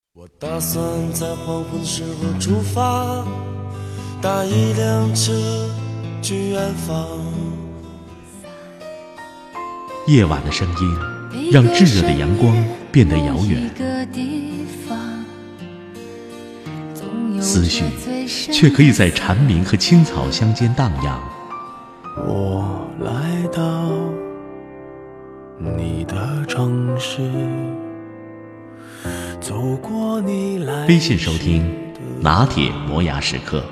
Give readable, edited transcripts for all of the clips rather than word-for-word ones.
我打算在黄昏时候出发，搭一辆车去远方。 夜晚的声音让炙热的阳光变得遥远，思绪却可以在蝉鸣和青草乡间荡漾。 我来到你的城市，走过你来。 微信收听拿铁磨牙时刻。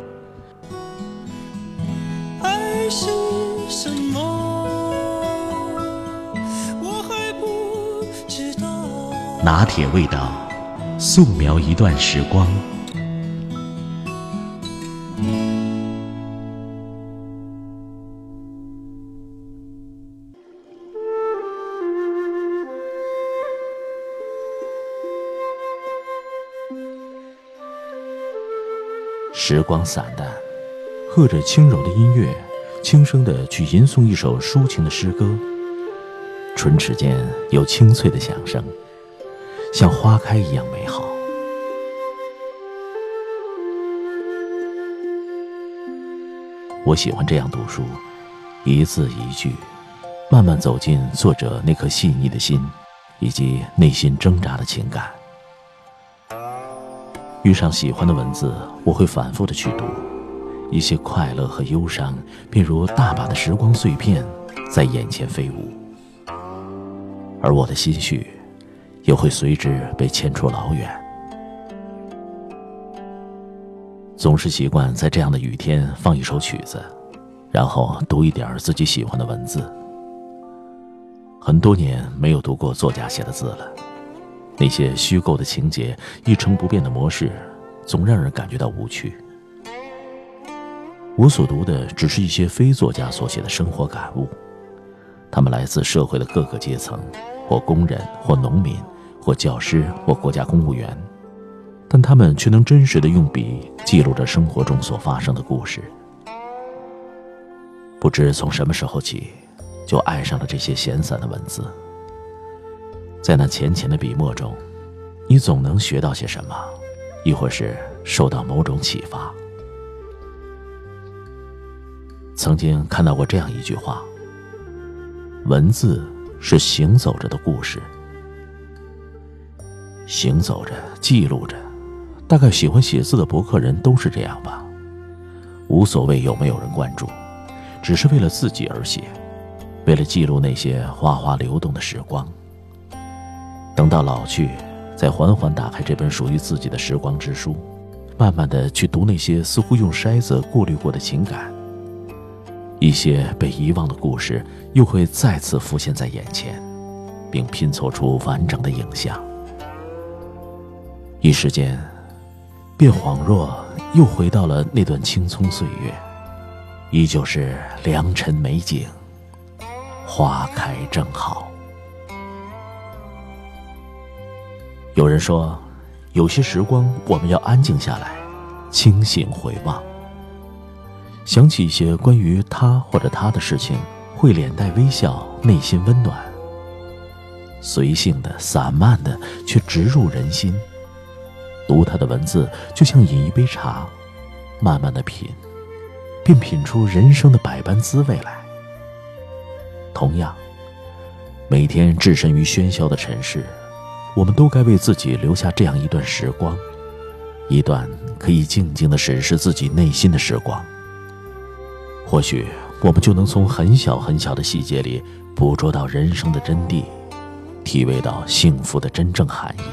爱是什么？我还不知道。 拿铁味道，素描一段时光。 时光散淡，和着轻柔的音乐，轻声地去吟诵一首抒情的诗歌，唇齿间有清脆的响声，像花开一样美好。我喜欢这样读书，一字一句，慢慢走进作者那颗细腻的心，以及内心挣扎的情感。遇上喜欢的文字，我会反复地去读，一些快乐和忧伤便如大把的时光碎片在眼前飞舞，而我的心绪也会随之被牵出老远。总是习惯在这样的雨天放一首曲子，然后读一点自己喜欢的文字。很多年没有读过作家写的字了，那些虚构的情节，一成不变的模式，总让人感觉到无趣。我所读的只是一些非作家所写的生活感悟，他们来自社会的各个阶层，或工人，或农民，或教师，或国家公务员，但他们却能真实地用笔记录着生活中所发生的故事。不知从什么时候起，就爱上了这些闲散的文字。在那浅浅的笔墨中，你总能学到些什么，亦或是受到某种启发。曾经看到过这样一句话：文字是行走着的故事。行走着，记录着，大概喜欢写字的博客人都是这样吧，无所谓有没有人关注，只是为了自己而写，为了记录那些哗哗流动的时光。等到老去，再缓缓打开这本属于自己的时光之书，慢慢地去读那些似乎用筛子过滤过的情感，一些被遗忘的故事又会再次浮现在眼前，并拼凑出完整的影像。一时间，便恍若又回到了那段青葱岁月，依旧是良辰美景，花开正好。有人说，有些时光我们要安静下来，清醒回望，想起一些关于他或者他的事情，会脸带微笑，内心温暖，随性的、散漫的，却直入人心。读他的文字，就像饮一杯茶，慢慢的品，便品出人生的百般滋味来。同样，每天置身于喧嚣的尘世，我们都该为自己留下这样一段时光，一段可以静静地审视自己内心的时光。或许我们就能从很小很小的细节里捕捉到人生的真谛，体味到幸福的真正含义。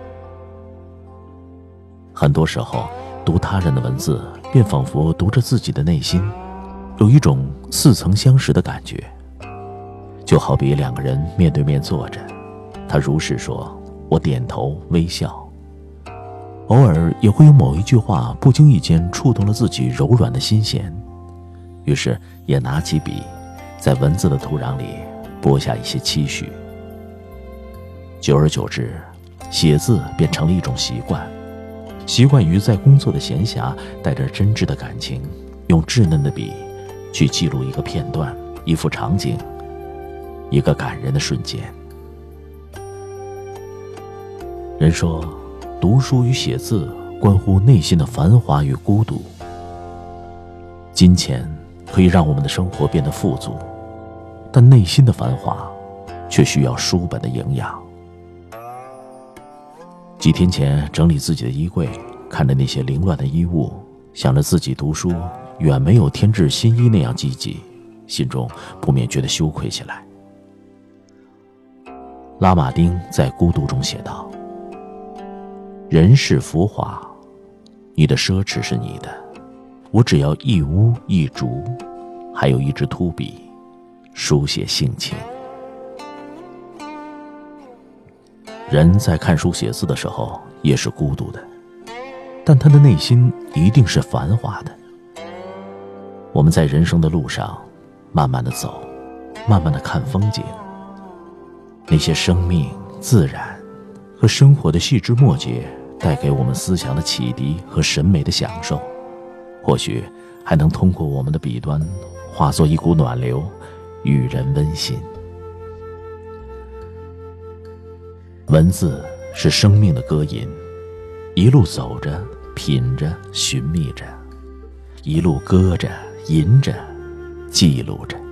很多时候，读他人的文字，便仿佛读着自己的内心，有一种似曾相识的感觉。就好比两个人面对面坐着，他如实说，我点头微笑，偶尔也会有某一句话不经意间触动了自己柔软的心弦，于是也拿起笔，在文字的土壤里播下一些期许。久而久之，写字便成了一种习惯，习惯于在工作的闲暇，带着真挚的感情，用稚嫩的笔去记录一个片段，一幅场景，一个感人的瞬间。人说， 读书与写字关乎内心的繁华与孤独。金钱可以让我们的生活变得富足，但内心的繁华却需要书本的营养。几天前整理自己的衣柜，看着那些凌乱的衣物，想着自己读书远没有添置新衣那样积极，心中不免觉得羞愧起来。拉马丁在《孤独》中写道：人世浮华，你的奢侈是你的，我只要一屋一竹，还有一支秃笔，书写性情。人在看书写字的时候也是孤独的，但他的内心一定是繁华的。我们在人生的路上慢慢的走，慢慢的看风景，那些生命、自然和生活的细枝末节带给我们思想的启迪和审美的享受，或许还能通过我们的笔端化作一股暖流，与人温馨。文字是生命的歌吟，一路走着，品着，寻觅着，一路歌着，吟着，记录着。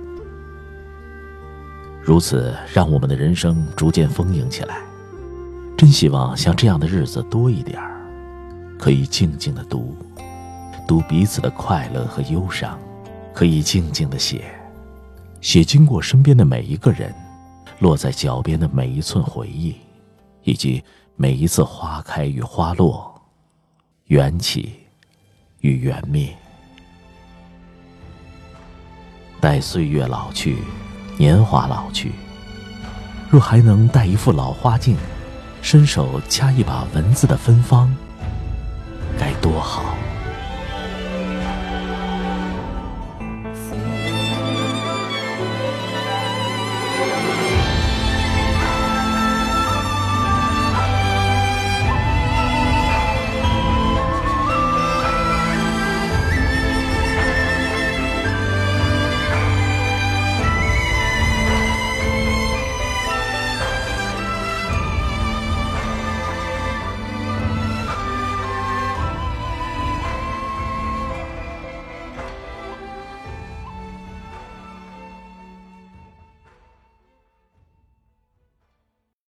如此让我们的人生逐渐丰盈起来。真希望像这样的日子多一点儿，可以静静地读，读彼此的快乐和忧伤，可以静静地写，写经过身边的每一个人，落在脚边的每一寸回忆，以及每一次花开与花落，缘起与缘灭。待岁月老去，年华老去，若还能带一副老花镜，伸手掐一把文字的芬芳，该多好。